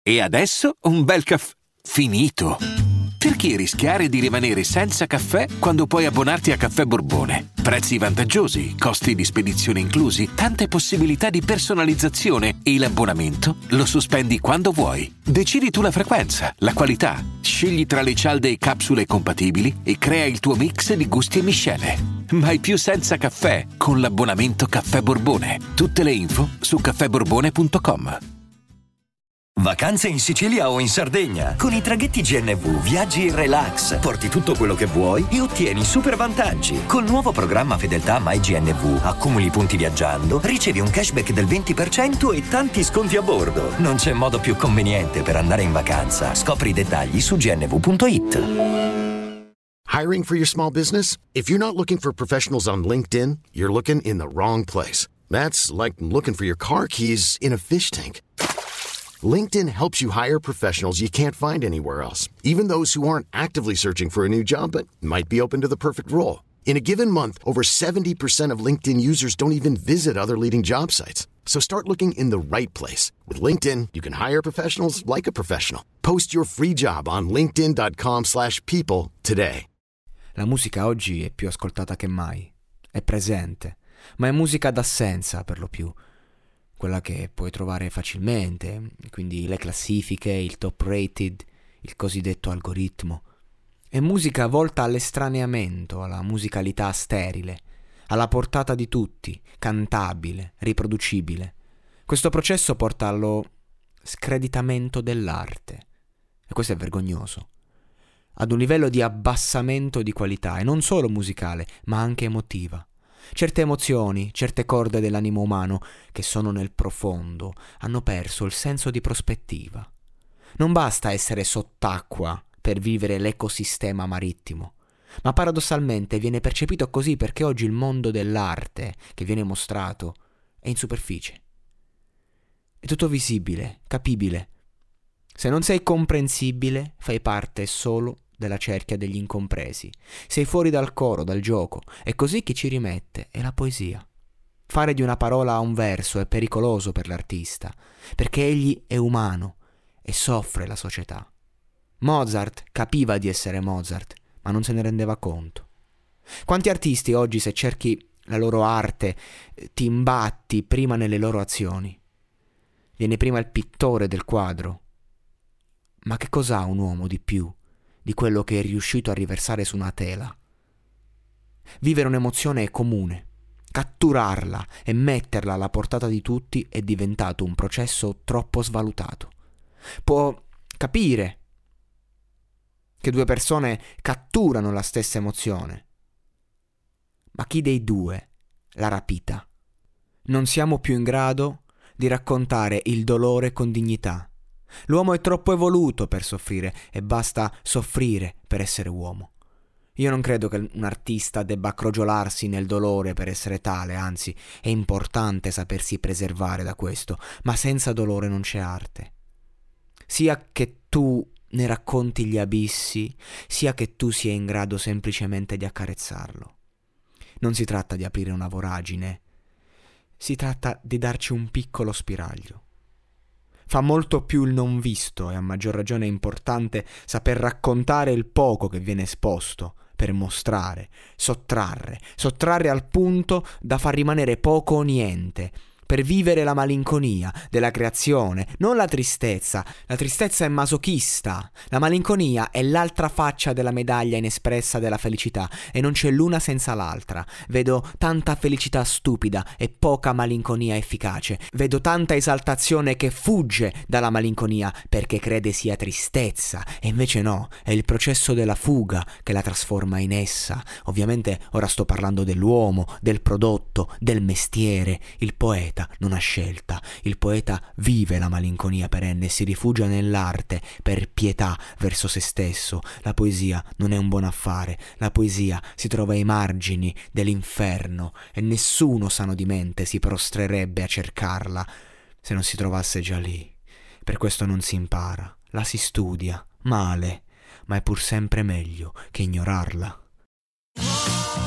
E adesso un bel caffè finito. Perché rischiare di rimanere senza caffè quando puoi abbonarti a Caffè Borbone? Prezzi vantaggiosi, costi di spedizione inclusi, tante possibilità di personalizzazione e l'abbonamento lo sospendi quando vuoi. Decidi tu la frequenza, la qualità, scegli tra le cialde e capsule compatibili e crea il tuo mix di gusti e miscele. Mai più senza caffè con l'abbonamento Caffè Borbone. Tutte le info su caffèborbone.com. Vacanze in Sicilia o in Sardegna. Con i traghetti GNV viaggi in relax, porti tutto quello che vuoi e ottieni super vantaggi. Col nuovo programma Fedeltà MyGNV accumuli punti viaggiando, ricevi un cashback del 20% e tanti sconti a bordo. Non c'è modo più conveniente per andare in vacanza. Scopri i dettagli su gnv.it. Hiring for your small business? If you're not looking for professionals on LinkedIn, you're looking in the wrong place. That's like looking for your car keys in a fish tank. LinkedIn helps you hire professionals you can't find anywhere else, even those who aren't actively searching for a new job but might be open to the perfect role. In a given month, over 70% of LinkedIn users don't even visit other leading job sites. So start looking in the right place. With LinkedIn, you can hire professionals like a professional. Post your free job on linkedin.com/people today. La musica oggi è più ascoltata che mai. È presente, ma è musica d'assenza per lo più. Quella che puoi trovare facilmente, quindi le classifiche, il top rated, il cosiddetto algoritmo. È musica volta all'estraneamento, alla musicalità sterile, alla portata di tutti, cantabile, riproducibile. Questo processo porta allo screditamento dell'arte, e questo è vergognoso, ad un livello di abbassamento di qualità, e non solo musicale, ma anche emotiva. Certe emozioni, certe corde dell'animo umano, che sono nel profondo, hanno perso il senso di prospettiva. Non basta essere sott'acqua per vivere l'ecosistema marittimo, ma paradossalmente viene percepito così perché oggi il mondo dell'arte che viene mostrato è in superficie. È tutto visibile, capibile. Se non sei comprensibile, fai parte solo della cerchia degli incompresi. Sei fuori dal coro, dal gioco. E così chi ci rimette è la poesia. Fare di una parola un verso è pericoloso per l'artista, perché egli è umano e soffre la società. Mozart capiva di essere Mozart, ma non se ne rendeva conto. Quanti artisti oggi, se cerchi la loro arte, ti imbatti prima nelle loro azioni? Viene prima il pittore del quadro. Ma che cos'ha un uomo di più di quello che è riuscito a riversare su una tela? Vivere un'emozione è comune. Catturarla e metterla alla portata di tutti è diventato un processo troppo svalutato. Può capire che due persone catturano la stessa emozione, ma chi dei due l'ha rapita? Non siamo più in grado di raccontare il dolore con dignità. L'uomo è troppo evoluto per soffrire e basta soffrire per essere uomo. Io non credo che un artista debba crogiolarsi nel dolore per essere tale, anzi è importante sapersi preservare da questo, ma senza dolore non c'è arte. Sia che tu ne racconti gli abissi, sia che tu sia in grado semplicemente di accarezzarlo. Non si tratta di aprire una voragine, si tratta di darci un piccolo spiraglio. Fa molto più il non visto e a maggior ragione è importante saper raccontare il poco che viene esposto per mostrare, sottrarre al punto da far rimanere poco o niente, per vivere la malinconia della creazione, non la tristezza. La tristezza è masochista, la malinconia è l'altra faccia della medaglia inespressa della felicità e non c'è l'una senza l'altra. Vedo tanta felicità stupida e poca malinconia efficace. Vedo tanta esaltazione che fugge dalla malinconia perché crede sia tristezza e invece no, è il processo della fuga che la trasforma in essa. Ovviamente ora sto parlando dell'uomo, del prodotto, del mestiere. Il poeta non ha scelta, il poeta vive la malinconia perenne e si rifugia nell'arte per pietà verso se stesso. La poesia non è un buon affare, la poesia si trova ai margini dell'inferno e nessuno sano di mente si prostrerebbe a cercarla se non si trovasse già lì. Per questo non si impara, la si studia, male, ma è pur sempre meglio che ignorarla.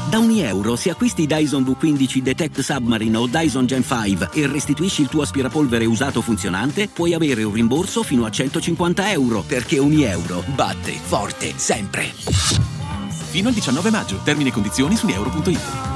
Da €1 se acquisti Dyson V15 Detect Submarine o Dyson Gen 5 e restituisci il tuo aspirapolvere usato funzionante, puoi avere un rimborso fino a €150, perché €1 batte forte sempre. Fino al 19 maggio. Termini e condizioni su euro.it.